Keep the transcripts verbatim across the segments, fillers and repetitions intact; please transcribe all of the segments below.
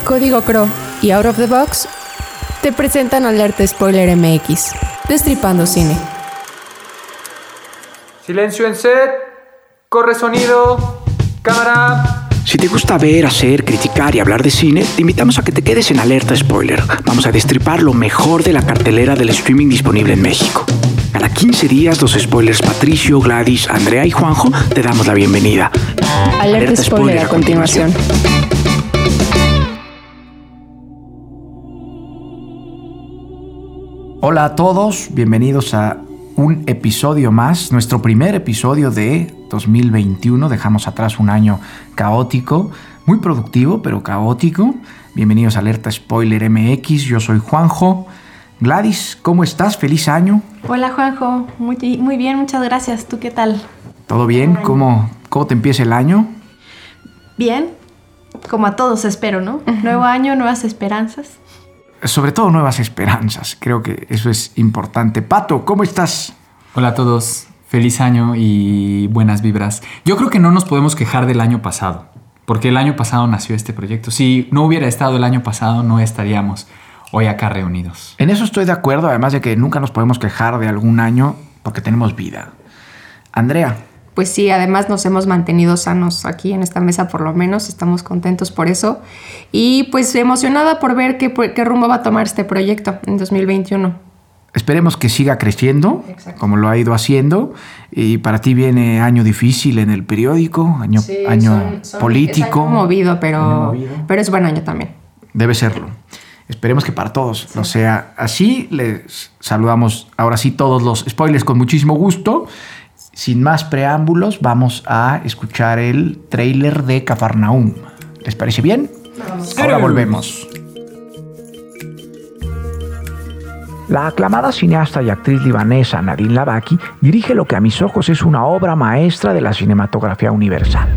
Código Crow y Out of the Box te presentan Alerta Spoiler M X, Destripando Cine. Silencio en set, corre sonido, cámara. Si te gusta ver, hacer, criticar y hablar de cine, te invitamos a que te quedes en Alerta Spoiler. Vamos a destripar lo mejor de la cartelera del streaming disponible en México. Cada quince días, los spoilers Patricio, Gladys, Andrea y Juanjo te damos la bienvenida. Alerta, Alerta Spoiler, spoiler a continuación. continuación. Hola a todos, bienvenidos a un episodio más, nuestro primer episodio de dos mil veintiuno. Dejamos atrás un año caótico, muy productivo, pero caótico. Bienvenidos a Alerta Spoiler M X, yo soy Juanjo. Gladys, ¿cómo estás? ¡Feliz año! Hola Juanjo, muy, muy bien, muchas gracias. ¿Tú qué tal? ¿Todo bien? ¿Cómo, cómo te empieza el año? Bien, como a todos espero, ¿no? Uh-huh. Nuevo año, nuevas esperanzas. Sobre todo nuevas esperanzas, creo que eso es importante. Pato, ¿cómo estás? Hola a todos, feliz año y buenas vibras. Yo creo que no nos podemos quejar del año pasado, porque el año pasado nació este proyecto. Si no hubiera estado el año pasado, no estaríamos hoy acá reunidos. En eso estoy de acuerdo, además de que nunca nos podemos quejar de algún año porque tenemos vida. Andrea. Pues sí, además nos hemos mantenido sanos aquí en esta mesa, por lo menos. Estamos contentos por eso. Y pues emocionada por ver qué, qué rumbo va a tomar este proyecto en dos mil veintiuno. Esperemos que siga creciendo, Exacto. como lo ha ido haciendo. Y para ti viene año difícil en el periódico, año, sí, año son, son, político. Es año movido, pero, año movido, pero es buen año también. Debe serlo. Esperemos que para todos sí. lo sea así. Les saludamos ahora sí todos los spoilers con muchísimo gusto. Sin más preámbulos, vamos a escuchar el tráiler de Cafarnaúm. ¿Les parece bien? Vamos. Ahora volvemos. La aclamada cineasta y actriz libanesa Nadine Lavaki dirige lo que a mis ojos es una obra maestra de la cinematografía universal.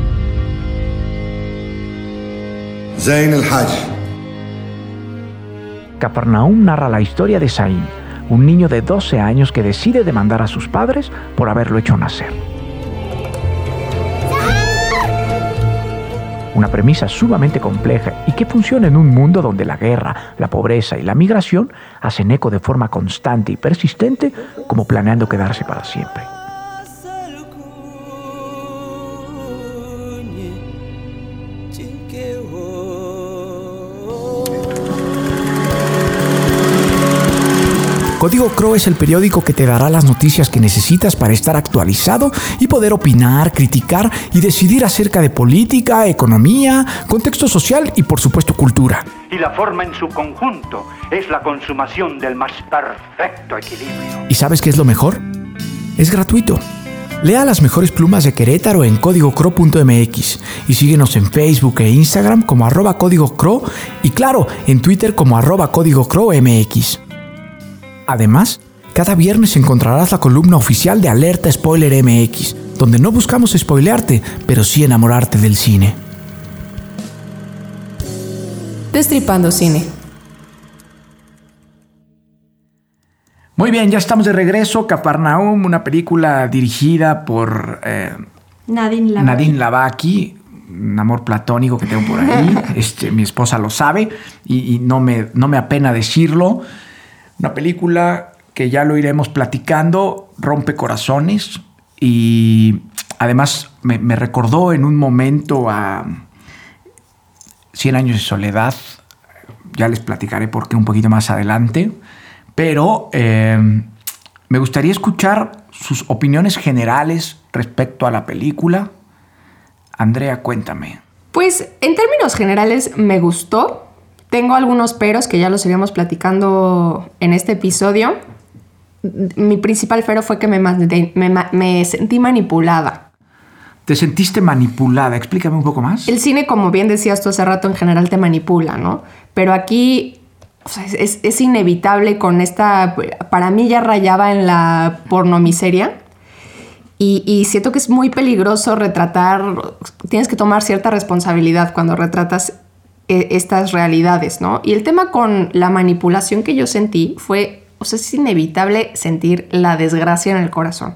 Zayn al-Hajj. Cafarnaúm narra la historia de Zayn, un niño de doce años que decide demandar a sus padres por haberlo hecho nacer. Una premisa sumamente compleja y que funciona en un mundo donde la guerra, la pobreza y la migración hacen eco de forma constante y persistente, como planeando quedarse para siempre. Código Crow es el periódico que te dará las noticias que necesitas para estar actualizado y poder opinar, criticar y decidir acerca de política, economía, contexto social y por supuesto cultura. Y la forma en su conjunto es la consumación del más perfecto equilibrio. ¿Y sabes qué es lo mejor? Es gratuito. Lea las mejores plumas de Querétaro en código crow punto m x y síguenos en Facebook e Instagram como arroba código crow y claro, en Twitter como arroba código crow m x. Además, cada viernes encontrarás la columna oficial de Alerta Spoiler M X, donde no buscamos spoilearte, pero sí enamorarte del cine. Destripando Cine. Muy bien, ya estamos de regreso. Cafarnaúm, una película dirigida por eh, Nadine Lavaki. Nadine Lavaki, un amor platónico que tengo por ahí. este, mi esposa lo sabe y, y no me, no me apena decirlo. Una película que ya lo iremos platicando, rompe corazones y además me, me recordó en un momento a Cien años de soledad. Ya les platicaré por qué un poquito más adelante. Pero eh, me gustaría escuchar sus opiniones generales respecto a la película. Andrea, cuéntame. Pues en términos generales me gustó. Tengo algunos peros que ya los iremos platicando en este episodio. Mi principal pero fue que me, me, me sentí manipulada. ¿Te sentiste manipulada? Explícame un poco más. El cine, como bien decías tú hace rato, en general te manipula, ¿no? Pero aquí o sea, es, es inevitable con esta... Para mí ya rayaba en la pornomiseria. Y, y siento que es muy peligroso retratar... Tienes que tomar cierta responsabilidad cuando retratas estas realidades, ¿no? Y el tema con la manipulación que yo sentí fue, o sea, es inevitable sentir la desgracia en el corazón.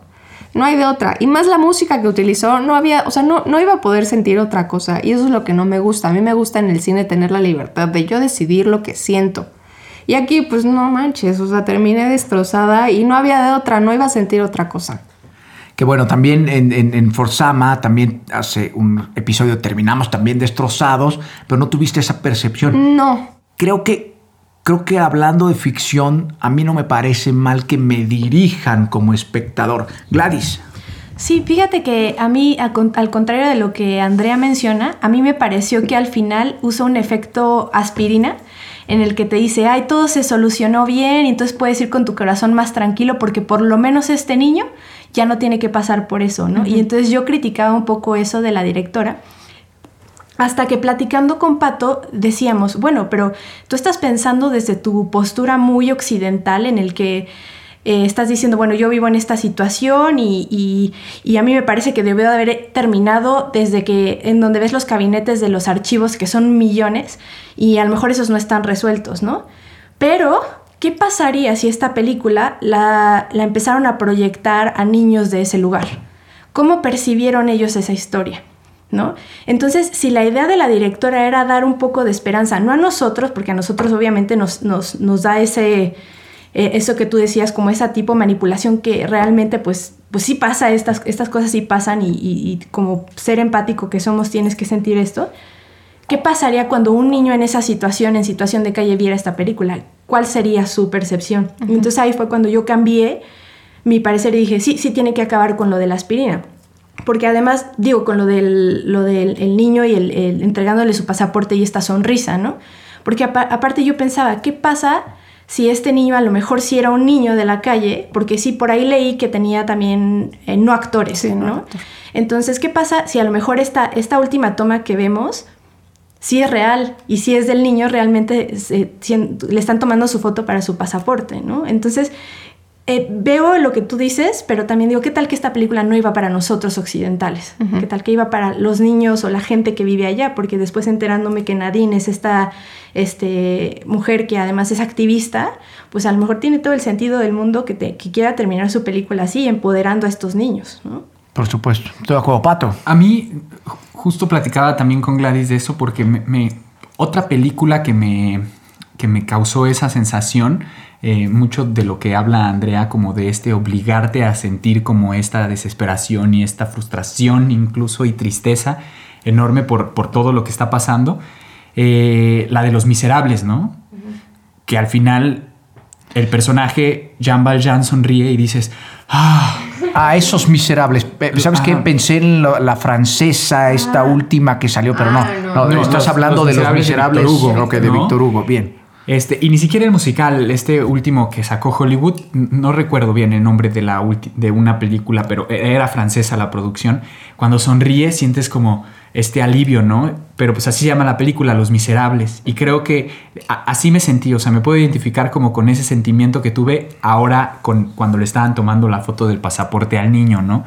No hay de otra. Y más la música que utilizó, no había, o sea, no, no iba a poder sentir otra cosa. Y eso es lo que no me gusta. A mí me gusta en el cine tener la libertad de yo decidir lo que siento. Y aquí, pues no manches, o sea, terminé destrozada y no había de otra, no iba a sentir otra cosa. Que bueno, también en, en, en Forzama, también hace un episodio terminamos también destrozados, pero no tuviste esa percepción. No. Creo que, creo que hablando de ficción, a mí no me parece mal que me dirijan como espectador. Gladys. Sí, fíjate que a mí, al contrario de lo que Andrea menciona, a mí me pareció que al final usa un efecto aspirina en el que te dice, ay, todo se solucionó bien, y entonces puedes ir con tu corazón más tranquilo porque por lo menos este niño ya no tiene que pasar por eso, ¿no? Uh-huh. Y entonces yo criticaba un poco eso de la directora, hasta que platicando con Pato decíamos, bueno, pero tú estás pensando desde tu postura muy occidental en el que eh, estás diciendo, bueno, yo vivo en esta situación y, y, y a mí me parece que debió de haber terminado desde que, en donde ves los gabinetes de los archivos, que son millones, y a lo mejor esos no están resueltos, ¿no? Pero, ¿qué pasaría si esta película la, la empezaron a proyectar a niños de ese lugar? ¿Cómo percibieron ellos esa historia? ¿No? Entonces, si la idea de la directora era dar un poco de esperanza, no a nosotros, porque a nosotros obviamente nos, nos, nos da ese... Eh, eso que tú decías, como esa tipo de manipulación que realmente pues, pues sí pasa, estas, estas cosas sí pasan y, y, y como ser empático que somos tienes que sentir esto. ¿Qué pasaría cuando un niño en esa situación, en situación de calle, viera esta película? ¿Cuál sería su percepción? Uh-huh. Entonces ahí fue cuando yo cambié mi parecer y dije, sí, sí tiene que acabar con lo de la aspirina. Porque además, digo, con lo del, lo del el niño y el, el, entregándole su pasaporte y esta sonrisa, ¿no? Porque apa- aparte yo pensaba, ¿qué pasa si este niño a lo mejor sí era un niño de la calle? Porque sí, por ahí leí que tenía también eh, no actores, sí, ¿no? no actor. Entonces, ¿qué pasa si a lo mejor esta, esta última toma que vemos sí es real? Y si es del niño, realmente se, si, le están tomando su foto para su pasaporte, ¿no? Entonces, eh, veo lo que tú dices, pero también digo, ¿qué tal que esta película no iba para nosotros occidentales? Uh-huh. ¿Qué tal que iba para los niños o la gente que vive allá? Porque después enterándome que Nadine es esta... Este, mujer que además es activista, pues a lo mejor tiene todo el sentido del mundo que, te, que quiera terminar su película así, empoderando a estos niños, ¿no? Por supuesto. Estoy de acuerdo, Pato. A mí justo platicaba también con Gladys de eso porque me, me, otra película que me, que me causó esa sensación, eh, mucho de lo que habla Andrea, como de este obligarte a sentir como esta desesperación y esta frustración incluso y tristeza enorme por, por todo lo que está pasando. Eh, la de Los Miserables, ¿no? Uh-huh. Que al final el personaje Jean Valjean sonríe y dices, ah, ah esos miserables. ¿Sabes ah. qué? Pensé en lo, la francesa, esta ah. última que salió, pero ah, no, no, no, no. Estás los, hablando los de Los Miserables de Victor Hugo, okay, de ¿no? Victor Hugo, bien. Este, y ni siquiera el musical, este último que sacó Hollywood, no recuerdo bien el nombre de, la ulti- de una película, pero era francesa la producción. Cuando sonríe sientes como este alivio, ¿no? Pero pues así se llama la película, Los Miserables. Y creo que a- así me sentí, o sea, me puedo identificar como con ese sentimiento que tuve ahora con, cuando le estaban tomando la foto del pasaporte al niño, ¿no?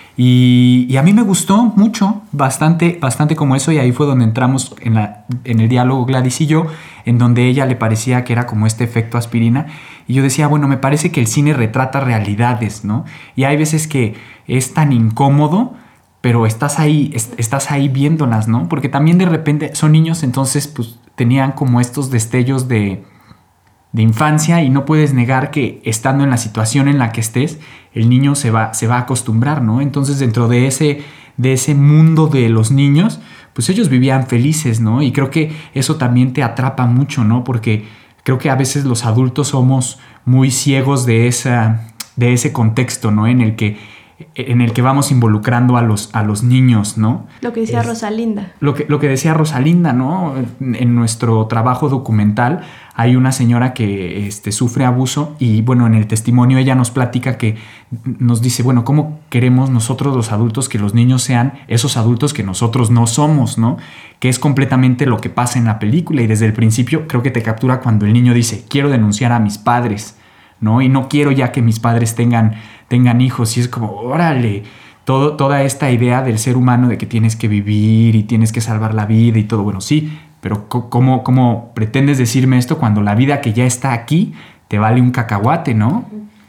Y, y a mí me gustó mucho, bastante, bastante como eso, y ahí fue donde entramos en, la, en el diálogo Gladys y yo, en donde ella le parecía que era como este efecto aspirina, y yo decía, bueno, me parece que el cine retrata realidades, ¿no? Y hay veces que es tan incómodo, pero estás ahí, est- estás ahí viéndolas, ¿no? Porque también de repente son niños, entonces pues tenían como estos destellos de... de infancia, y no puedes negar que estando en la situación en la que estés, el niño se va, se va a acostumbrar, ¿no? Entonces dentro de ese, de ese mundo de los niños, pues ellos vivían felices, ¿no? Y creo que eso también te atrapa mucho, ¿no? Porque creo que a veces los adultos somos muy ciegos de, esa, de ese contexto, ¿no? En el que en el que vamos involucrando a los, a los niños, ¿no? Lo que decía es, Rosalinda. Lo que, lo que decía Rosalinda, ¿no? En, en nuestro trabajo documental hay una señora que este, sufre abuso y, bueno, en el testimonio ella nos platica que nos dice, bueno, ¿cómo queremos nosotros los adultos que los niños sean esos adultos que nosotros no somos, ¿no? Que es completamente lo que pasa en la película, y desde el principio creo que te captura cuando el niño dice, quiero denunciar a mis padres, ¿no? Y no quiero ya que mis padres tengan, tengan hijos. Y es como, órale, todo, toda esta idea del ser humano de que tienes que vivir y tienes que salvar la vida y todo. Bueno, sí, pero ¿cómo, cómo pretendes decirme esto cuando la vida que ya está aquí te vale un cacahuate, ¿no?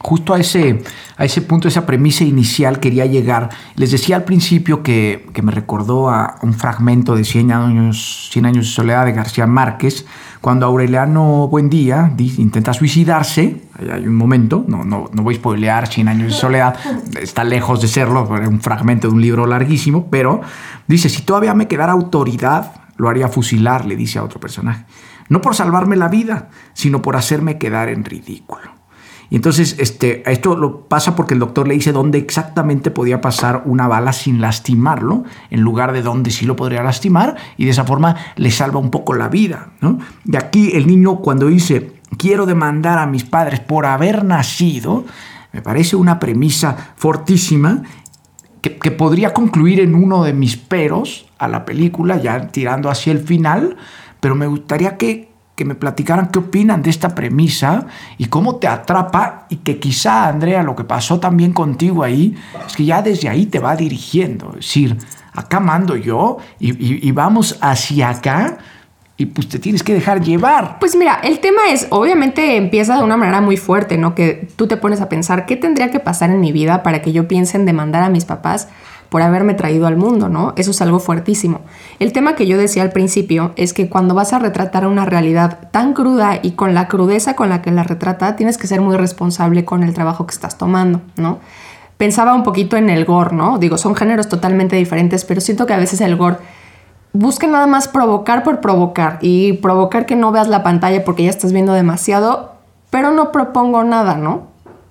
justo a ese, a ese punto, esa premisa inicial quería llegar. Les decía al principio que, que me recordó a un fragmento de Cien años, Cien años de soledad de García Márquez, cuando Aureliano Buendía dice, intenta suicidarse. Hay un momento, no, no, no voy a spoilear Cien años de soledad, está lejos de serlo, es un fragmento de un libro larguísimo, pero dice, si todavía me quedara autoridad, lo haría fusilar, le dice a otro personaje. No por salvarme la vida, sino por hacerme quedar en ridículo. Y entonces este, esto lo pasa porque el doctor le dice dónde exactamente podía pasar una bala sin lastimarlo, en lugar de dónde sí lo podría lastimar, y de esa forma le salva un poco la vida, ¿no? Y aquí el niño, cuando dice, quiero demandar a mis padres por haber nacido, me parece una premisa fortísima que, que podría concluir en uno de mis peros a la película, ya tirando hacia el final, pero me gustaría que que me platicaran qué opinan de esta premisa y cómo te atrapa, y que quizá, Andrea, lo que pasó también contigo ahí es que ya desde ahí te va dirigiendo. Es decir, acá mando yo y, y, y vamos hacia acá y pues te tienes que dejar llevar. Pues mira, el tema es, obviamente empieza de una manera muy fuerte, ¿no? Que tú te pones a pensar, ¿qué tendría que pasar en mi vida para que yo piense en demandar a mis papás por haberme traído al mundo, ¿no? Eso es algo fuertísimo. El tema que yo decía al principio es que cuando vas a retratar una realidad tan cruda y con la crudeza con la que la retrata, tienes que ser muy responsable con el trabajo que estás tomando, ¿no? Pensaba un poquito en el gore, ¿no? Digo, son géneros totalmente diferentes, pero siento que a veces el gore busca nada más provocar por provocar y provocar que no veas la pantalla porque ya estás viendo demasiado, pero no propongo nada, ¿no?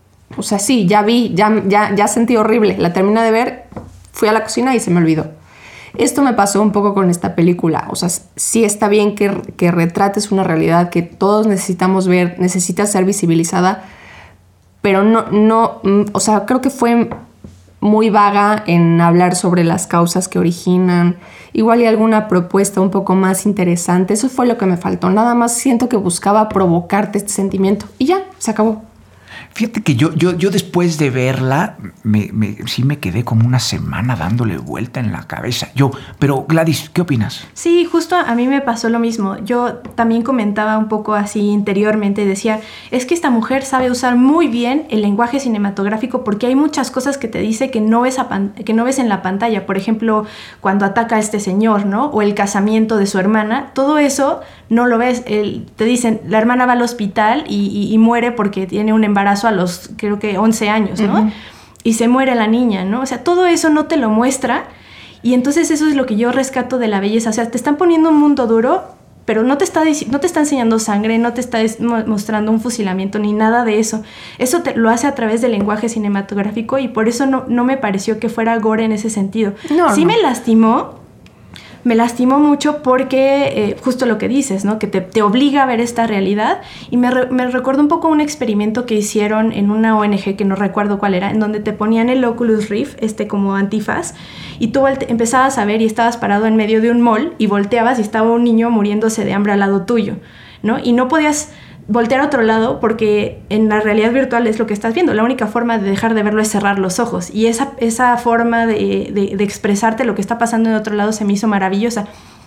O sea, sí, ya vi, ya, ya, ya sentí horrible, la terminé de ver, fui a la cocina y se me olvidó. Esto me pasó un poco con esta película. O sea, sí está bien que, que retrates una realidad que todos necesitamos ver, necesita ser visibilizada, pero no, no, o sea, creo que fue muy vaga en hablar sobre las causas que originan. Igual y alguna propuesta un poco más interesante. Eso fue lo que me faltó. Nada más siento que buscaba provocarte este sentimiento. Y ya, se acabó. Fíjate que yo, yo, yo después de verla, me, me, sí me quedé como una semana dándole vuelta en la cabeza. Yo, pero Gladys, ¿qué opinas? Sí, justo a mí me pasó lo mismo. Yo también comentaba un poco así interiormente, decía, es que esta mujer sabe usar muy bien el lenguaje cinematográfico porque hay muchas cosas que te dice que no ves, a pan, que no ves en la pantalla. Por ejemplo, cuando ataca a este señor, ¿no? O el casamiento de su hermana, todo eso no lo ves. El, te dicen, la hermana va al hospital y, y, y muere porque tiene un embarazo a los, creo que once años, ¿no? Uh-huh. Y se muere la niña, ¿no? O sea, todo eso no te lo muestra, y entonces eso es lo que yo rescato de la belleza. O sea, te están poniendo un mundo duro, pero no te está, no te está enseñando sangre, no te está mostrando un fusilamiento, ni nada de eso. Eso te, lo hace a través del lenguaje cinematográfico, y por eso no, no me pareció que fuera gore en ese sentido. No, sí no. me lastimó, Me lastimó mucho porque eh, justo lo que dices, ¿no? Que te, te obliga a ver esta realidad, y me, re, me recuerdo un poco un experimento que hicieron en una O N G que no recuerdo cuál era, en donde te ponían el Oculus Rift, este como antifaz, y tú empezabas a ver y estabas parado en medio de un mall y volteabas y estaba un niño muriéndose de hambre al lado tuyo, ¿no? Y no podías voltear a otro lado porque en la realidad virtual es lo que estás viendo. La única forma de dejar de verlo es cerrar los ojos, y esa, esa forma de, de, de expresarte lo que está pasando en otro lado se me hizo maravillosa,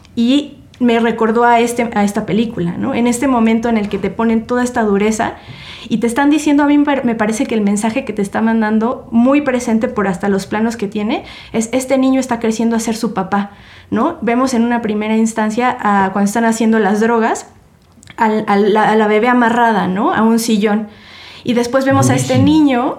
y me recordó a, este, a esta película, ¿no? En este momento en el que te ponen toda esta dureza y te están diciendo, a mí me parece que el mensaje que te está mandando, muy presente por hasta los planos que tiene, es: este niño está creciendo a ser su papá, ¿no? Vemos en una primera instancia a, cuando están haciendo las drogas, A, a, la, a la bebé amarrada, ¿no? A un sillón. Y después vemos Buenísimo. a este niño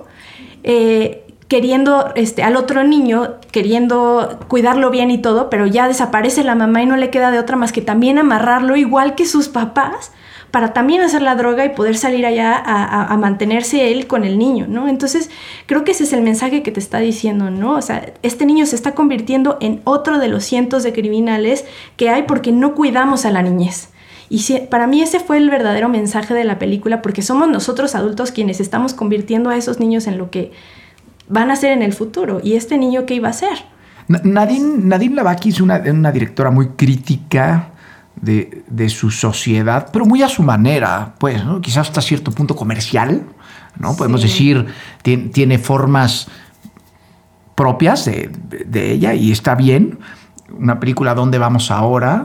eh, queriendo, este, al otro niño queriendo cuidarlo bien y todo, pero ya desaparece la mamá y no le queda de otra más que también amarrarlo igual que sus papás para también hacer la droga y poder salir allá a, a, a mantenerse él con el niño, ¿no? Entonces creo que ese es el mensaje que te está diciendo, ¿no? O sea, este niño se está convirtiendo en otro de los cientos de criminales que hay porque no cuidamos a la niñez. Y si, para mí ese fue el verdadero mensaje de la película, porque somos nosotros adultos quienes estamos convirtiendo a esos niños en lo que van a ser en el futuro. ¿Y este niño qué iba a ser? Nadine, Nadine Lavaki es una, una directora muy crítica de, de su sociedad, pero muy a su manera, pues, ¿no? Quizás hasta cierto punto comercial, ¿no? Sí. Podemos decir, tiene, tiene formas propias de, de ella, y está bien. Una película, ¿Dónde vamos ahora?,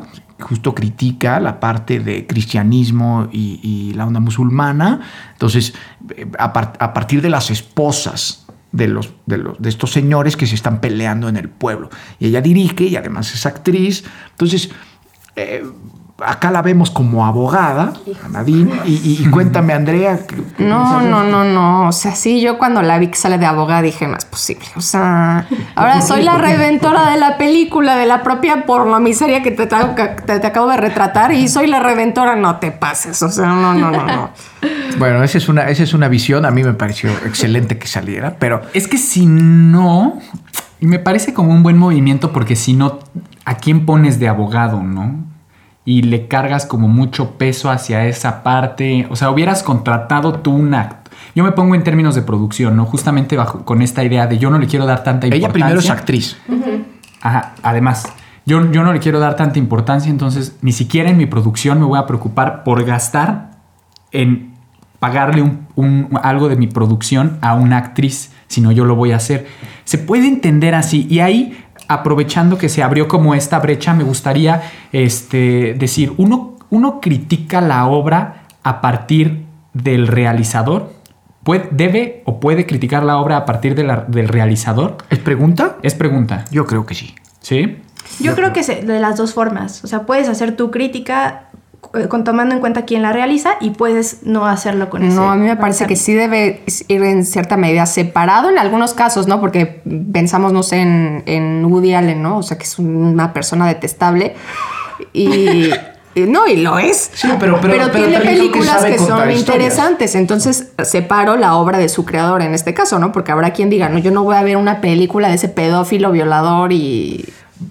justo critica la parte de cristianismo y, y la onda musulmana. Entonces, a, par- a partir de las esposas de, los, de, los, de estos señores que se están peleando en el pueblo. Y ella dirige y además es actriz. Entonces, eh, acá la vemos como abogada, a Nadine. Y, y, y cuéntame, Andrea. ¿qué, qué No, no, no, no. O sea, sí, yo cuando la vi que sale de abogada dije, no es posible. O sea, ahora soy la redentora de la película, de la propia pornomiseria que te, te, te, te acabo de retratar y soy la redentora. No te pases. O sea, no, no, no, no. Bueno, esa es, una, esa es una visión. A mí me pareció excelente que saliera, pero... Es que si no... Me parece como un buen movimiento porque si no, ¿a quién pones de abogado, no? Y le cargas como mucho peso hacia esa parte. O sea, hubieras contratado tú un acto. Yo me pongo en términos de producción, ¿no? Justamente bajo, con esta idea de yo no le quiero dar tanta importancia. Ella primero es actriz. Uh-huh. Ajá, además, yo, yo no le quiero dar tanta importancia, entonces ni siquiera en mi producción me voy a preocupar por gastar en pagarle un, un, algo de mi producción a una actriz, sino yo lo voy a hacer. Se puede entender así. Y ahí... aprovechando que se abrió como esta brecha, me gustaría este, decir, uno, uno critica la obra a partir del realizador. ¿Puede, ¿Debe o puede criticar la obra a partir de la, del realizador? ¿Es pregunta? Es pregunta. Yo creo que sí. ¿Sí? Yo, Yo creo que se, de las dos formas. O sea, puedes hacer tu crítica con, tomando en cuenta quién la realiza y puedes no hacerlo con eso. No, a mí me parece que sí debe ir en cierta medida separado en algunos casos, ¿no? Porque pensamos, no sé, en, en Woody Allen, ¿no? O sea, que es una persona detestable y... No, y lo es. Sí, pero, pero, pero, pero tiene películas que, que son historias. interesantes. Entonces, separo la obra de su creador en este caso, ¿no? Porque habrá quien diga, no, yo no voy a ver una película de ese pedófilo, violador y...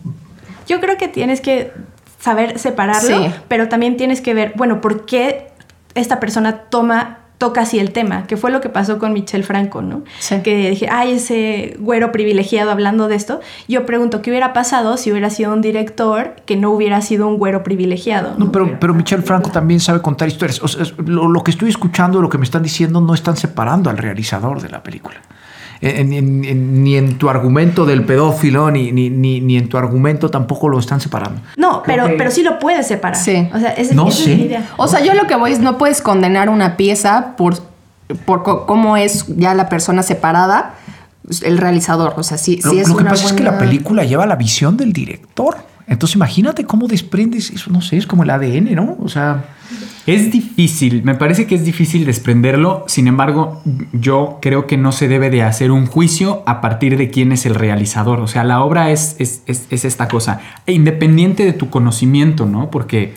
Yo creo que tienes que saber separarlo, sí. Pero también tienes que ver, bueno, ¿por qué esta persona toma... toca así el tema, que fue lo que pasó con Michel Franco, ¿no? Sí. Que dije, ay, ese güero privilegiado hablando de esto. Yo pregunto, ¿qué hubiera pasado si hubiera sido un director que no hubiera sido un güero privilegiado? No, no pero, pero Michel Franco también sabe contar historias. O sea, lo, lo que estoy escuchando, lo que me están diciendo, no están separando al realizador de la película. En, en, en, ni en tu argumento del pedófilo, ni, ni, ni, ni en tu argumento tampoco lo están separando. No, pero, okay. pero sí lo puedes separar. Sí. O sea, esa, no esa sé. es la idea. O sea, yo lo que voy es, no puedes condenar una pieza por, por cómo es ya la persona separada, el realizador. O sea, sí, lo, sí es Lo que una pasa buena... es que la película lleva la visión del director. Entonces imagínate cómo desprendes eso, no sé, es como el A D N, ¿no? O sea... Es difícil, me parece que es difícil desprenderlo, sin embargo, yo creo que no se debe de hacer un juicio a partir de quién es el realizador. O sea, la obra es, es, es, es esta cosa, e independiente de tu conocimiento, ¿no? Porque,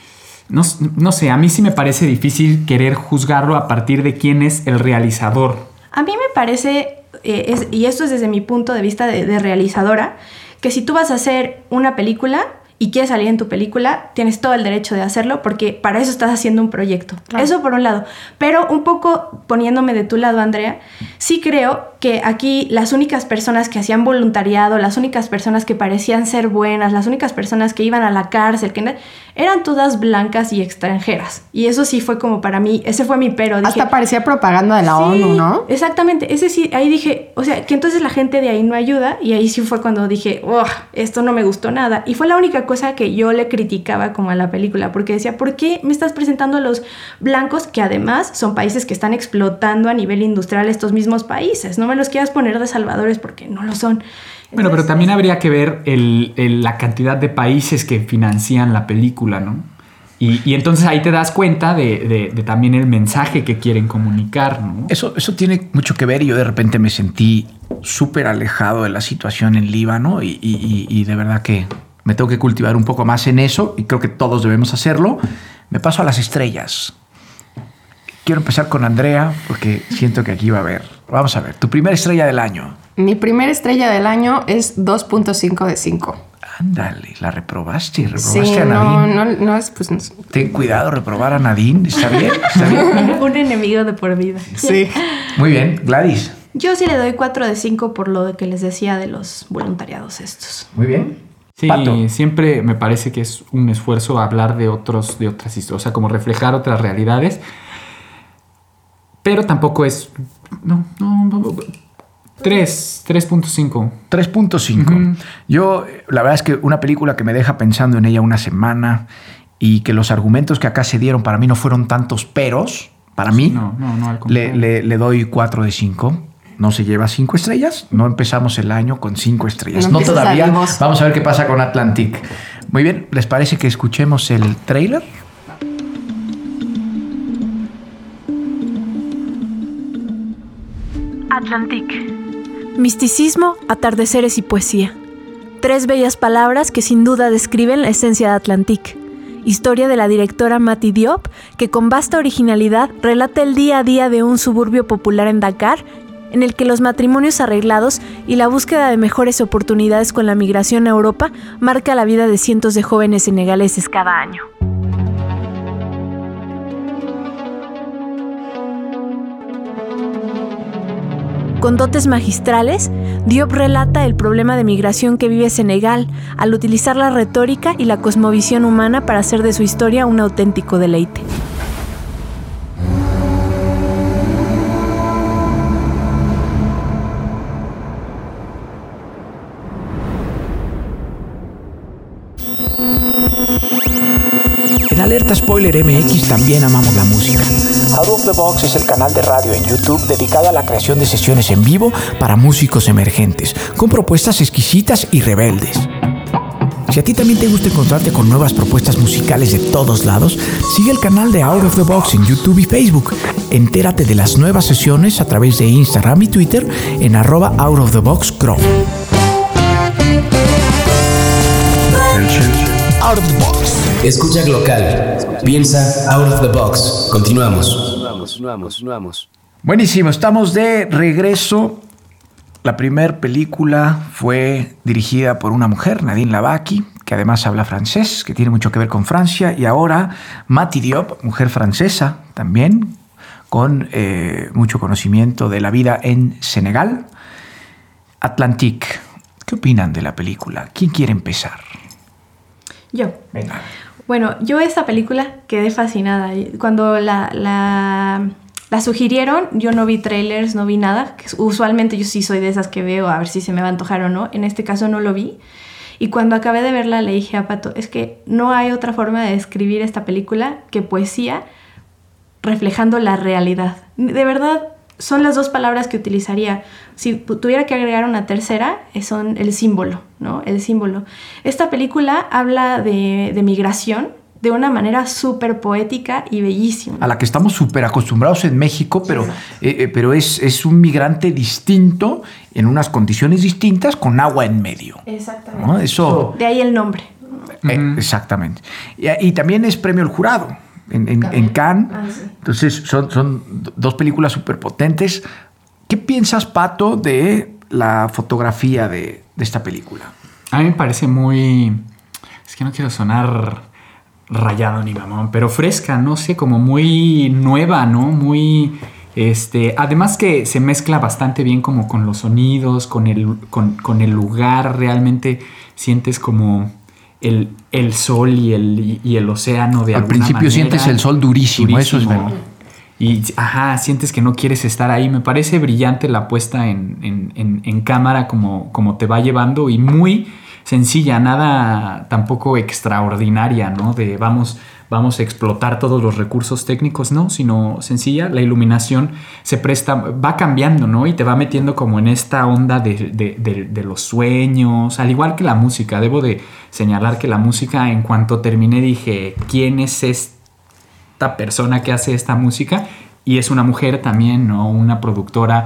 no, no sé, a mí sí me parece difícil querer juzgarlo a partir de quién es el realizador. A mí me parece, eh, es, y esto es desde mi punto de vista de, de realizadora, que si tú vas a hacer una película... y quieres salir en tu película, tienes todo el derecho de hacerlo porque para eso estás haciendo un proyecto. Claro. Eso por un lado. Pero un poco poniéndome de tu lado, Andrea, sí creo que aquí las únicas personas que hacían voluntariado, las únicas personas que parecían ser buenas, las únicas personas que iban a la cárcel, que eran todas blancas y extranjeras. Y eso sí fue como para mí, ese fue mi pero. Dije, hasta parecía propaganda de la sí, ONU, ¿no? Exactamente. Ese sí, ahí dije, o sea, que entonces la gente de ahí no ayuda. Y ahí sí fue cuando dije, oh, esto no me gustó nada. Y fue la única cosa cosa que yo le criticaba como a la película, porque decía, ¿por qué me estás presentando a los blancos que además son países que están explotando a nivel industrial estos mismos países? No me los quieras poner de salvadores porque no lo son. Entonces, bueno, pero también habría que ver el, el, la cantidad de países que financian la película, ¿no? Y, y entonces ahí te das cuenta de, de, de también el mensaje que quieren comunicar, ¿no? Eso, eso tiene mucho que ver y yo de repente me sentí súper alejado de la situación en Líbano y, y, y de verdad que me tengo que cultivar un poco más en eso y creo que todos debemos hacerlo. Me paso a las estrellas. Quiero empezar con Andrea porque siento que aquí va a haber. Vamos a ver, tu primera estrella del año. Mi primera estrella del año es dos punto cinco de cinco. Ándale, la reprobaste, reprobaste sí, a Nadine. No, no, no es, pues no. Ten cuidado, reprobar a Nadine, ¿está bien? ¿Está bien? Un enemigo de por vida. Sí. Muy bien, Gladys. Yo sí le doy cuatro de cinco por lo que les decía de los voluntariados estos. Muy bien. Sí, Pato. Siempre me parece que es un esfuerzo hablar de otros, de otras historias, o sea, como reflejar otras realidades, pero tampoco es, no, no, no tres, tres punto cinco. tres punto cinco. Ujú. Yo, la verdad es que una película que me deja pensando en ella una semana y que los argumentos que acá se dieron para mí no fueron tantos peros, para mí, No, no, no, al le, contrario. le, le doy cuatro de cinco. No se lleva cinco estrellas. No empezamos el año con cinco estrellas. No No, empieces todavía. vivos. Vamos a ver qué pasa con Atlantic. Muy bien, ¿les parece que escuchemos el tráiler? Atlantic. Misticismo, atardeceres y poesía. Tres bellas palabras que sin duda describen la esencia de Atlantic. Historia de la directora Mati Diop, que con vasta originalidad relata el día a día de un suburbio popular en Dakar, en el que los matrimonios arreglados y la búsqueda de mejores oportunidades con la migración a Europa marca la vida de cientos de jóvenes senegaleses cada año. Con dotes magistrales, Diop relata el problema de migración que vive Senegal al utilizar la retórica y la cosmovisión humana para hacer de su historia un auténtico deleite. En Alerta Spoiler M X también amamos la música. Out of the Box es el canal de radio en YouTube dedicado a la creación de sesiones en vivo para músicos emergentes, con propuestas exquisitas y rebeldes. Si a ti también te gusta encontrarte con nuevas propuestas musicales de todos lados, sigue el canal de Out of the Box en YouTube y Facebook. Entérate de las nuevas sesiones a través de Instagram y Twitter en arroba Out of the Box Chrome. Out of the Box. Escucha local. Piensa out of the box. Continuamos. Continuamos, continuamos. Buenísimo, estamos de regreso. La primera película fue dirigida por una mujer, Nadine Lavaki, que además habla francés, que tiene mucho que ver con Francia. Y ahora Mati Diop, mujer francesa también, con eh, mucho conocimiento de la vida en Senegal. Atlantic. ¿Qué opinan de la película? ¿Quién quiere empezar? Yo. Venga. Bueno, yo esta película quedé fascinada. Cuando la, la, la sugirieron, yo no vi trailers, no vi nada. Usualmente yo sí soy de esas que veo a ver si se me va a antojar o no. En este caso no lo vi. Y cuando acabé de verla le dije a Pato, es que no hay otra forma de describir esta película que poesía reflejando la realidad. De verdad, son las dos palabras que utilizaría. Si tuviera que agregar una tercera, son el símbolo, ¿no? El símbolo. Esta película habla de, de migración de una manera súper poética y bellísima. A la que estamos súper acostumbrados en México, pero, eh, eh, pero es, es un migrante distinto, en unas condiciones distintas, con agua en medio. Exactamente. ¿No? Eso, de ahí el nombre. eh, Uh-huh. Exactamente. Y, y también es premio al jurado en, en, en Cannes. Ah, sí. Entonces son, son dos películas súper potentes. ¿Qué piensas, Pato, de la fotografía de, de esta película? A mí me parece muy... Es que no quiero sonar rayado ni mamón, pero fresca, no sé, como muy nueva, ¿no? Muy... Este, además que se mezcla bastante bien como con los sonidos, con el, con, con el lugar. Realmente sientes como el, el sol y el, y el océano de Al alguna principio manera. sientes el sol durísimo, eso es verdad. Y, ajá, sientes que no quieres estar ahí. Me parece brillante la puesta en, en, en, en cámara como, como te va llevando y muy sencilla, nada tampoco extraordinaria, ¿no? De vamos, vamos a explotar todos los recursos técnicos, no, sino sencilla. La iluminación se presta, va cambiando, ¿no? Y te va metiendo como en esta onda de, de, de, de los sueños, al igual que la música. Debo de señalar que la música, en cuanto terminé, dije, ¿quién es este? Persona que hace esta música, y es una mujer también, ¿no? Una productora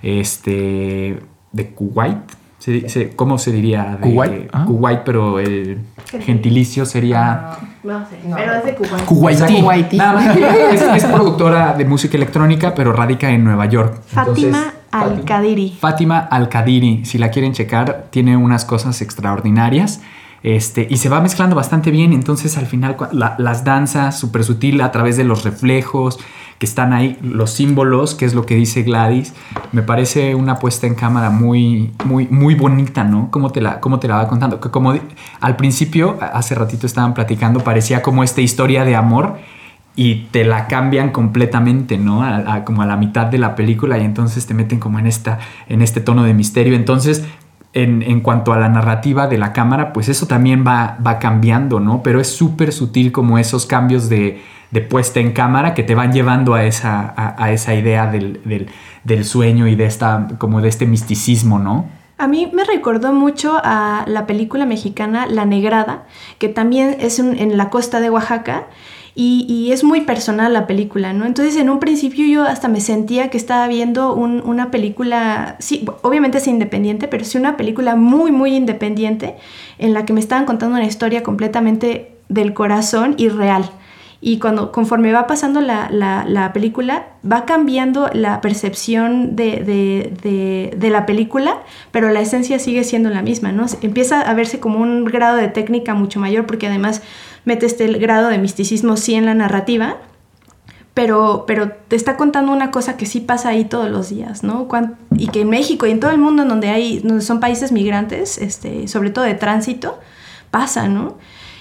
este, de Kuwait. Se, se, ¿Cómo se diría? De, Kuwait, ¿ah? Kuwait, pero el gentilicio sería... No sé, pero es de Cuba. Kuwaití. Kuwaití. Nada más, es, es productora de música electrónica, pero radica en Nueva York. Fátima Entonces, Al-Qadiri. Fátima Al-Qadiri, si la quieren checar, tiene unas cosas extraordinarias. Este, y se va mezclando bastante bien. Entonces al final la, las danzas súper sutil a través de los reflejos que están ahí, los símbolos, que es lo que dice Gladys, me parece una puesta en cámara muy, muy, muy bonita, ¿no? Cómo te la, cómo te la va contando. Que como al principio, hace ratito estaban platicando, parecía como esta historia de amor, y te la cambian completamente, ¿no? A, a, como a la mitad de la película y entonces te meten como en, esta, en este tono de misterio. Entonces, en, en cuanto a la narrativa de la cámara, pues eso también va, va cambiando, ¿no? Pero es súper sutil como esos cambios de, de puesta en cámara que te van llevando a esa, a, a esa idea del, del, del sueño y de, esta, como de este misticismo, ¿no? A mí me recordó mucho a la película mexicana La Negrada, que también es un, en la costa de Oaxaca, y, y es muy personal la película, ¿no? Entonces, en un principio yo hasta me sentía que estaba viendo un, una película, sí, obviamente es independiente, pero sí una película muy, muy independiente, en la que me estaban contando una historia completamente del corazón y real. Y cuando, conforme va pasando la, la, la película, va cambiando la percepción de, de, de, de la película, pero la esencia sigue siendo la misma, ¿no? Empieza a verse como un grado de técnica mucho mayor, porque además mete este grado de misticismo sí en la narrativa, pero, pero te está contando una cosa que sí pasa ahí todos los días, ¿no? Y que en México y en todo el mundo donde, hay, donde son países migrantes, este, sobre todo de tránsito, pasa, ¿no?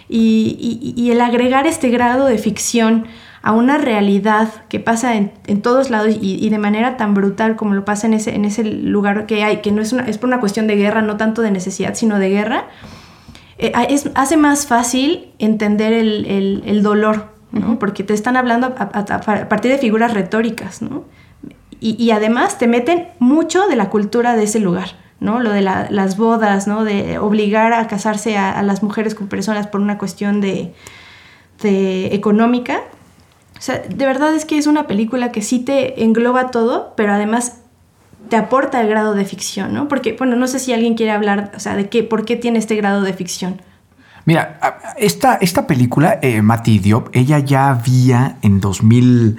Y, y, y el agregar este grado de ficción a una realidad que pasa en, en todos lados y, y de manera tan brutal como lo pasa en ese, en ese lugar que hay, que no es, una, es por una cuestión de guerra, no tanto de necesidad, sino de guerra, eh, es, hace más fácil entender el, el, el dolor, ¿no? Uh-huh. Porque te están hablando a, a, a partir de figuras retóricas, ¿no? Y, y además te meten mucho de la cultura de ese lugar, ¿no? Lo de la, las bodas, ¿no? De obligar a casarse a, a las mujeres con personas por una cuestión de, de económica. O sea, de verdad es que es una película que sí te engloba todo, pero además te aporta el grado de ficción, ¿no? Porque, bueno, no sé si alguien quiere hablar, o sea, de qué, por qué tiene este grado de ficción. Mira, esta, esta película, eh, Mati Diop, ella ya había en dos mil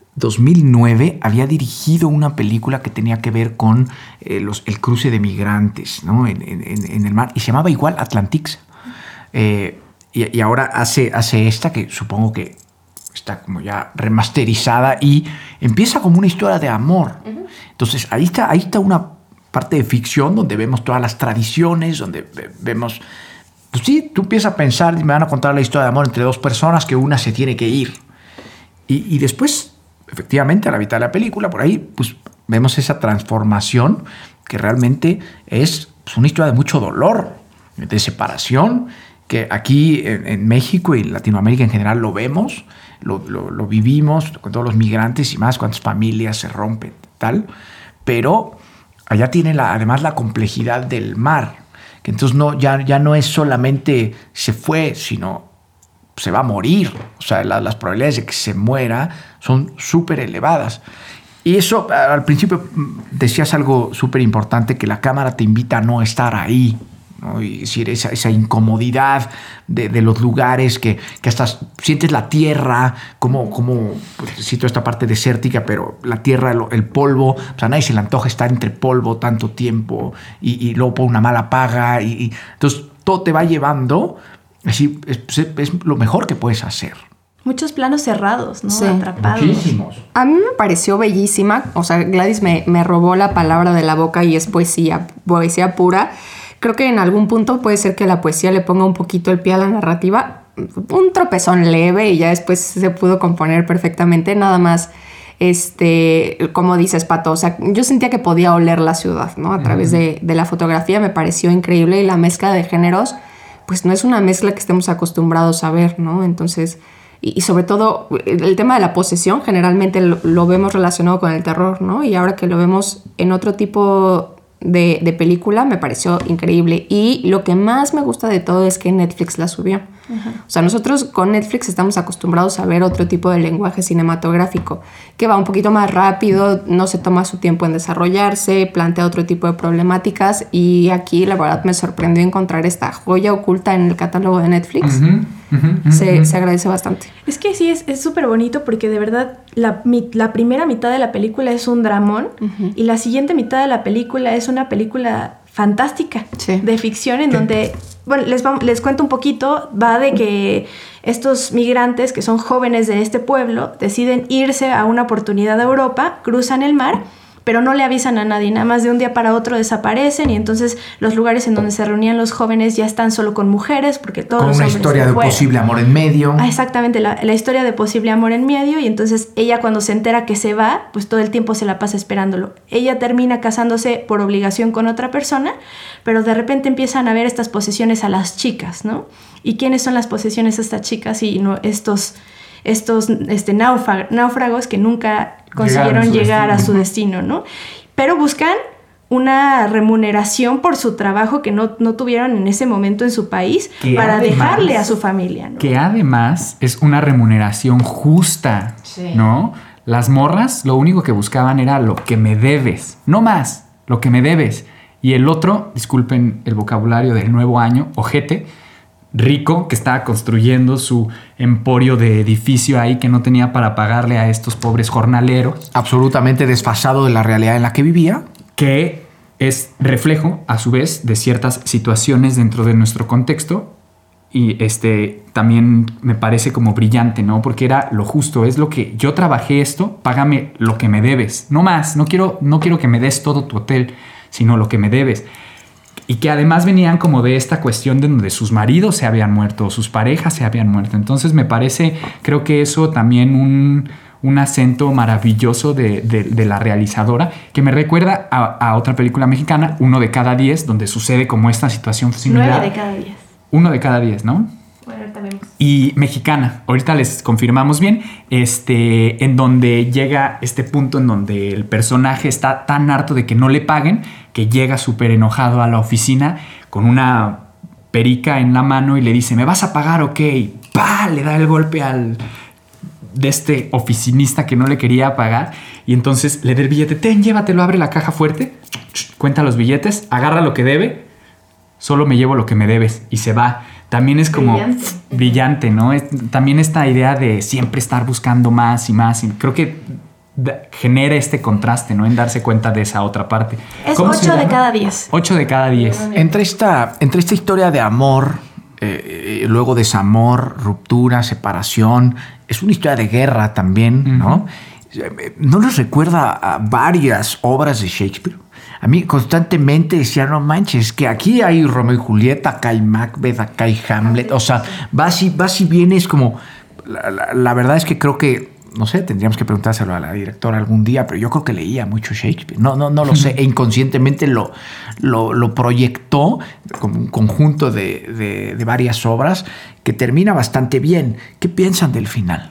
nueve había dirigido una película que tenía que ver con eh, los, el cruce de migrantes, ¿no? en, en, en el mar, y se llamaba igual Atlantics. Eh, y, y ahora hace, hace esta que supongo que está como ya remasterizada y empieza como una historia de amor. Uh-huh. Entonces ahí está, ahí está una parte de ficción donde vemos todas las tradiciones, donde ve, vemos... Pues sí, tú empiezas a pensar, me van a contar la historia de amor entre dos personas que una se tiene que ir. Y, y después... Efectivamente, a la mitad de la película, por ahí, pues vemos esa transformación que realmente es pues, una historia de mucho dolor, de separación, que aquí en, en México y Latinoamérica en general lo vemos, lo, lo, lo vivimos con todos los migrantes y más, cuántas familias se rompen, tal. Pero allá tiene la, además la complejidad del mar, que entonces no, ya, ya no es solamente se fue, sino se va a morir. O sea, la, las probabilidades de que se muera son súper elevadas. Y eso, al principio decías algo súper importante, que la cámara te invita a no estar ahí, ¿no? Y decir, esa, esa incomodidad de, de los lugares, que, que hasta sientes la tierra, como, como pues, sí, toda esta parte desértica, pero la tierra, el, el polvo, o sea, a nadie se le antoja estar entre polvo tanto tiempo y, y luego por una mala paga. Y, y, entonces, todo te va llevando, así, es, es lo mejor que puedes hacer. Muchos planos cerrados, ¿no? Sí. Atrapados. Muchísimos. A mí me pareció bellísima. O sea, Gladys me, me robó la palabra de la boca y es poesía, poesía pura. Creo que en algún punto puede ser que la poesía le ponga un poquito el pie a la narrativa. Un tropezón leve y ya después se pudo componer perfectamente. Nada más, este, como dices, Pato, o sea, yo sentía que podía oler la ciudad, ¿no? A través uh-huh. de, de la fotografía me pareció increíble, y la mezcla de géneros, pues no es una mezcla que estemos acostumbrados a ver, ¿no? Entonces... Y sobre todo el tema de la posesión generalmente lo, lo vemos relacionado con el terror, ¿no? Y ahora que lo vemos en otro tipo de, de película me pareció increíble. Y lo que más me gusta de todo es que Netflix la subió. Uh-huh. O sea, nosotros con Netflix estamos acostumbrados a ver otro tipo de lenguaje cinematográfico que va un poquito más rápido, no se toma su tiempo en desarrollarse, plantea otro tipo de problemáticas, y aquí la verdad me sorprendió encontrar esta joya oculta en el catálogo de Netflix. Uh-huh. Uh-huh. Se, uh-huh. se agradece bastante. Es que sí, es súper bonito porque de verdad la, mi, la primera mitad de la película es un dramón uh-huh. y la siguiente mitad de la película es una película fantástica, sí. de ficción, en donde, bueno, les, les cuento un poquito, va de que estos migrantes que son jóvenes de este pueblo deciden irse a una oportunidad a Europa, cruzan el mar, pero no le avisan a nadie, nada más de un día para otro desaparecen y entonces los lugares en donde se reunían los jóvenes ya están solo con mujeres porque todos con los una hombres historia se de fueron. posible amor en medio. Ah, exactamente, la, la historia de posible amor en medio y entonces ella cuando se entera que se va, pues todo el tiempo se la pasa esperándolo. Ella termina casándose por obligación con otra persona, pero de repente empiezan a ver estas posesiones a las chicas, ¿no? ¿Y quiénes son las posesiones a estas chicas y no estos... estos este, náufragos, náufragos que nunca consiguieron llegar a su destino, ¿no? Pero buscan una remuneración por su trabajo que no, no tuvieron en ese momento en su país que para además, dejarle a su familia, ¿no? Que además es una remuneración justa, sí. ¿no? Las morras lo único que buscaban era lo que me debes, no más, lo que me debes. Y el otro, disculpen el vocabulario del nuevo año, ojete, rico, que estaba construyendo su emporio de edificio ahí que no tenía para pagarle a estos pobres jornaleros. Absolutamente desfasado de la realidad en la que vivía. Que es reflejo, a su vez, de ciertas situaciones dentro de nuestro contexto. Y este también me parece como brillante, ¿no? Porque era lo justo, es lo que yo trabajé esto, págame lo que me debes. No más, no quiero, no quiero que me des todo tu hotel, sino lo que me debes. Y que además venían como de esta cuestión de donde sus maridos se habían muerto, sus parejas se habían muerto. Entonces me parece, creo que eso también un, un acento maravilloso de, de, de la realizadora, que me recuerda a, a otra película mexicana, Uno de cada diez, donde sucede como esta situación similar. Nueve de cada diez. Uno de cada diez, ¿no? Bueno, ahorita vemos. Y mexicana, ahorita les confirmamos bien, este, en donde llega este punto en donde el personaje está tan harto de que no le paguen, que llega súper enojado a la oficina con una perica en la mano y le dice, ¿me vas a pagar o qué? Y ¡pah! Le da el golpe al de este oficinista que no le quería pagar y entonces le da el billete, ten, llévatelo, abre la caja fuerte, cuenta los billetes, agarra lo que debe, solo me llevo lo que me debes y se va. También es como brillante, brillante ¿no? Es, también esta idea de siempre estar buscando más y más y creo que genera este contraste, ¿no? En darse cuenta de esa otra parte. Es ocho de cada diez. ocho de cada diez. Entre esta, entre esta historia de amor, eh, luego desamor, ruptura, separación, es una historia de guerra también, uh-huh. ¿no? ¿No les recuerda a varias obras de Shakespeare? A mí constantemente decía, no manches, que aquí hay Romeo y Julieta, acá hay Macbeth, acá hay Hamlet. O sea, vas y, vas y vienes como... La, la, la verdad es que creo que no sé, tendríamos que preguntárselo a la directora algún día, pero yo creo que leía mucho Shakespeare. No, no, no lo sé. E inconscientemente lo, lo, lo proyectó como un conjunto de, de, de varias obras que termina bastante bien. ¿Qué piensan del final?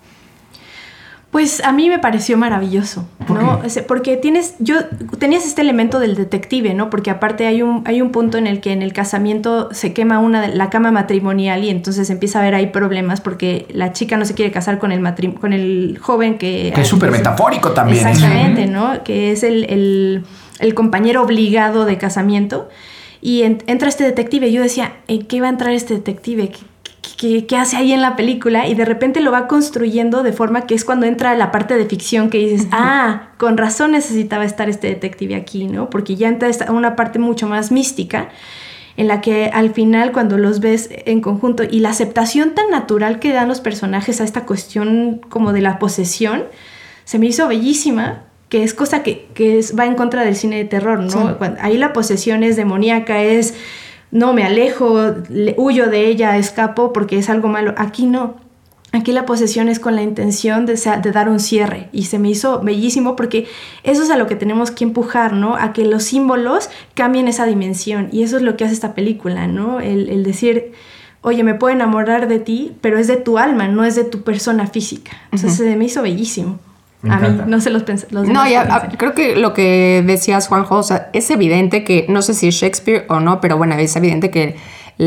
Pues a mí me pareció maravilloso, ¿no? ¿Por qué? Porque tienes, yo, tenías este elemento del detective, ¿no? Porque aparte hay un, hay un punto en el que en el casamiento se quema una de, la cama matrimonial y entonces empieza a haber ahí problemas porque la chica no se quiere casar con el, matri, con el joven que... Que es súper metafórico también. Exactamente, ¿eh? ¿No? Que es el, el, el compañero obligado de casamiento. Y en, entra este detective y yo decía, ¿en qué va a entrar este detective? ¿Qué, qué, qué hace ahí en la película? Y de repente lo va construyendo de forma que es cuando entra la parte de ficción que dices, ah, con razón necesitaba estar este detective aquí, ¿no? Porque ya entra una parte mucho más mística en la que al final cuando los ves en conjunto y la aceptación tan natural que dan los personajes a esta cuestión como de la posesión, se me hizo bellísima, que es cosa que, que es, va en contra del cine de terror, ¿no? Sí. Cuando, ahí la posesión es demoníaca, es no, me alejo, le, huyo de ella, escapo porque es algo malo. Aquí no. Aquí la posesión es con la intención de, de dar un cierre. Y se me hizo bellísimo porque eso es a lo que tenemos que empujar, ¿no? A que los símbolos cambien esa dimensión. Y eso es lo que hace esta película, ¿no? El, el decir, oye, me puedo enamorar de ti, pero es de tu alma, no es de tu persona física. Entonces uh-huh. se me hizo bellísimo. Me a mí, no se los pensé. Los no, ya, a, creo que lo que decías, Juanjo, o sea, es evidente que, no sé si es Shakespeare o no, pero bueno, es evidente que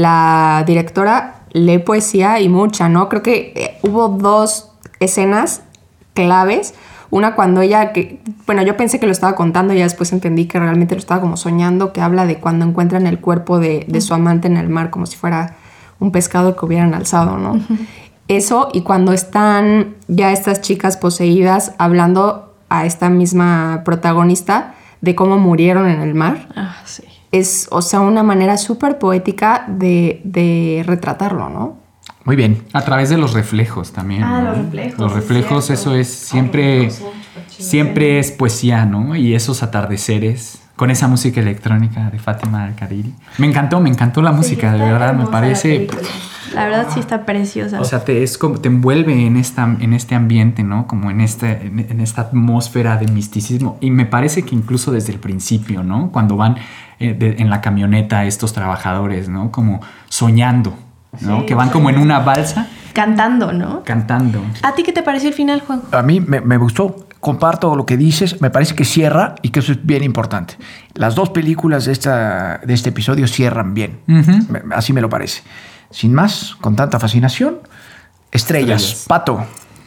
la directora lee poesía y mucha, ¿no? Creo que eh, hubo dos escenas claves. Una cuando ella, que, bueno, yo pensé que lo estaba contando y ya después entendí que realmente lo estaba como soñando, que habla de cuando encuentran el cuerpo de, de su amante en el mar, como si fuera un pescado que hubieran alzado, ¿no? Uh-huh. Eso, y cuando están ya estas chicas poseídas hablando a esta misma protagonista de cómo murieron en el mar. Ah, sí. Es, o sea, una manera súper poética de, de retratarlo, ¿no? Muy bien. A través de los reflejos también. Ah, ¿no? los reflejos. Los reflejos, es eso es siempre... Ay, siempre es poesía, ¿no? Y esos atardeceres con esa música electrónica de Fátima Al-Kadiri. Me encantó, me encantó la música, Sí, de verdad, me parece... La verdad sí está preciosa. O sea, te, es como, te envuelve en, esta, en este ambiente, ¿no? Como en, este, en, en esta atmósfera de misticismo. Y me parece que incluso desde el principio, ¿no? Cuando van eh, de, en la camioneta estos trabajadores, ¿no? Como soñando, ¿no? Sí, que van como en una balsa. Cantando, ¿no? Cantando. ¿A ti qué te pareció el final, Juan? A mí me, me gustó. Comparto lo que dices. Me parece que cierra y que eso es bien importante. Las dos películas de, esta, de este episodio cierran bien. Uh-huh. Me, así me lo parece. Sin más, con tanta fascinación. Estrellas. Estrellas. Pato.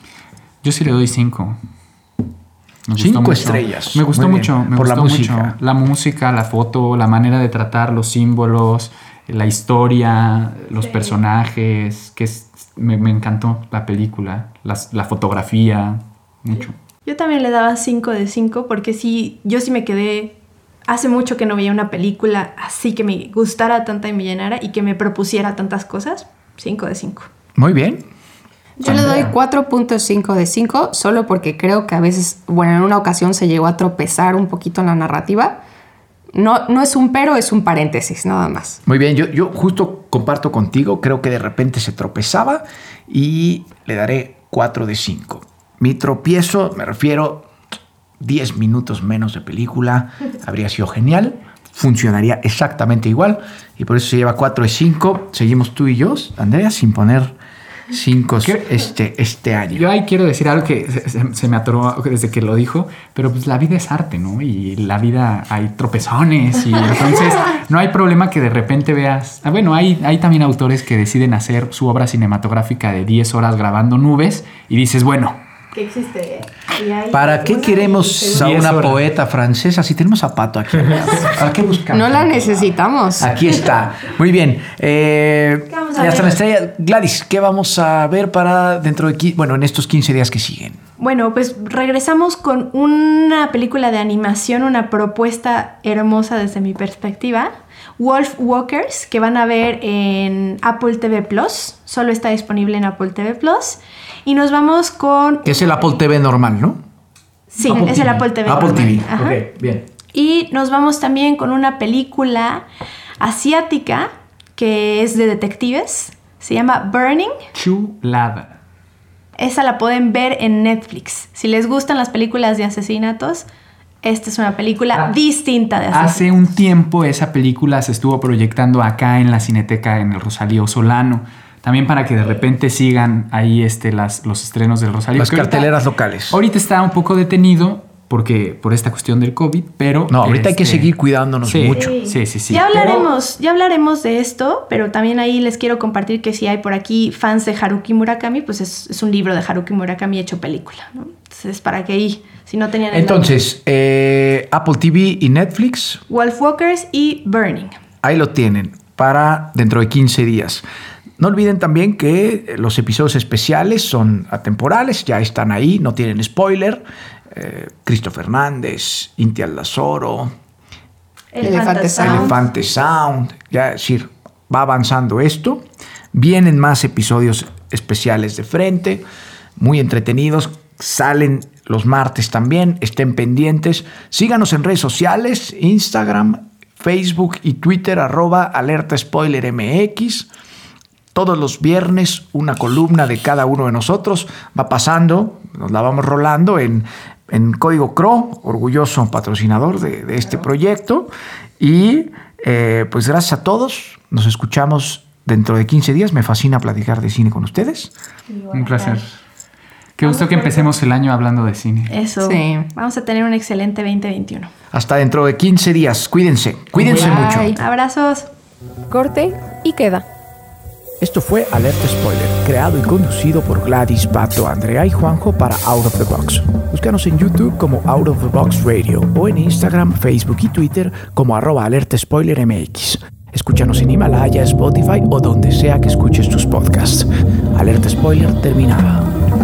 Yo sí le doy cinco. Me gustó Cinco mucho. estrellas. Me gustó Muy mucho. bien. Me Por la gustó música. mucho. La música, la foto, la manera de tratar los símbolos, la historia, los Sí. personajes. Que es- me, me encantó la película, las- la fotografía, mucho. Yo también le daba cinco de cinco porque sí, yo sí me quedé... Hace mucho que no veía una película así que me gustara tanta y me llenara y que me propusiera tantas cosas. cinco de cinco. Muy bien. Yo le doy cuatro punto cinco de cinco, solo porque creo que a veces, bueno, en una ocasión se llegó a tropezar un poquito en la narrativa. No, no es un pero, es un paréntesis, nada más. Muy bien, yo, yo justo comparto contigo, creo que de repente se tropezaba y le daré cuatro de cinco. Mi tropiezo, me refiero diez minutos menos de película, habría sido genial, funcionaría exactamente igual y por eso se lleva cuatro de cinco. Seguimos tú y yo, Andrea, sin poner cinco este, este año. Yo ahí quiero decir algo que se, se- se me atoró desde que lo dijo, pero pues la vida es arte, ¿no? Y la vida hay tropezones y entonces no hay problema que de repente veas... Ah, bueno, hay, hay también autores que deciden hacer su obra cinematográfica de diez horas grabando nubes y dices, bueno... Que existe, ¿Para qué queremos a diez una horas. poeta francesa si tenemos a Pato aquí? ¿Para qué buscamos? No la necesitamos. Aquí está. Muy bien. Eh, ¿Qué vamos a ya está la ver? estrella. Gladys, ¿qué vamos a ver para dentro de qui- bueno, en estos quince días que siguen? Bueno, pues regresamos con una película de animación, una propuesta hermosa desde mi perspectiva. Wolf Walkers, que van a ver en Apple T V Plus. Solo está disponible en Apple T V Plus. Y nos vamos con... Es el Apple T V normal, ¿no? Sí, Apple es T V. el Apple T V. Apple normal. T V. Ajá. Ok, bien. Y nos vamos también con una película asiática que es de detectives. Se llama Burning. Chulada. Esa la pueden ver en Netflix. Si les gustan las películas de asesinatos, esta es una película Ah, distinta de asesinatos. Hace un tiempo esa película se estuvo proyectando acá en la Cineteca en el Rosalío Solano. También para que de repente sigan ahí este, las, los estrenos del Rosalío. Las Que ahorita- carteleras locales. Ahorita está un poco detenido porque, por esta cuestión del COVID, pero... No, ahorita hay que este, seguir cuidándonos sí, mucho. Sí, sí, sí. ya hablaremos, ya hablaremos de esto, pero también ahí les quiero compartir que si hay por aquí fans de Haruki Murakami, pues es, es un libro de Haruki Murakami hecho película, ¿no? Entonces, para que ahí, si no tenían... el Entonces, eh, Apple T V y Netflix, nombre. Wolfwalkers y Burning. ahí lo tienen para dentro de quince días. No olviden también que los episodios especiales son atemporales, ya están ahí, no tienen spoiler. Eh, Cristo Fernández, Inti Aldazoro, Elefante Sound. Elefante Sound, ya es decir, va avanzando esto. Vienen más episodios especiales de frente, muy entretenidos, salen los martes también, estén pendientes. Síganos en redes sociales, Instagram, Facebook y Twitter, arroba alerta spoiler M X. Todos los viernes una columna de cada uno de nosotros va pasando, nos la vamos rolando en, en Código C R O, orgulloso patrocinador de, de este proyecto. Y eh, pues gracias a todos, nos escuchamos dentro de quince días. Me fascina platicar de cine con ustedes. Un placer. Qué gusto que empecemos el año hablando de cine. Eso. Sí. Vamos a tener un excelente veinte veintiuno. Hasta dentro de quince días. Cuídense, cuídense Bye. mucho. Abrazos. Corte y queda. Esto fue Alerta Spoiler, creado y conducido por Gladys, Pato, Andrea y Juanjo para Out of the Box. Búscanos en YouTube como Out of the Box Radio o en Instagram, Facebook y Twitter como arroba Alerta Spoiler M X. Escúchanos en Himalaya, Spotify o donde sea que escuches tus podcasts. Alerta Spoiler terminada.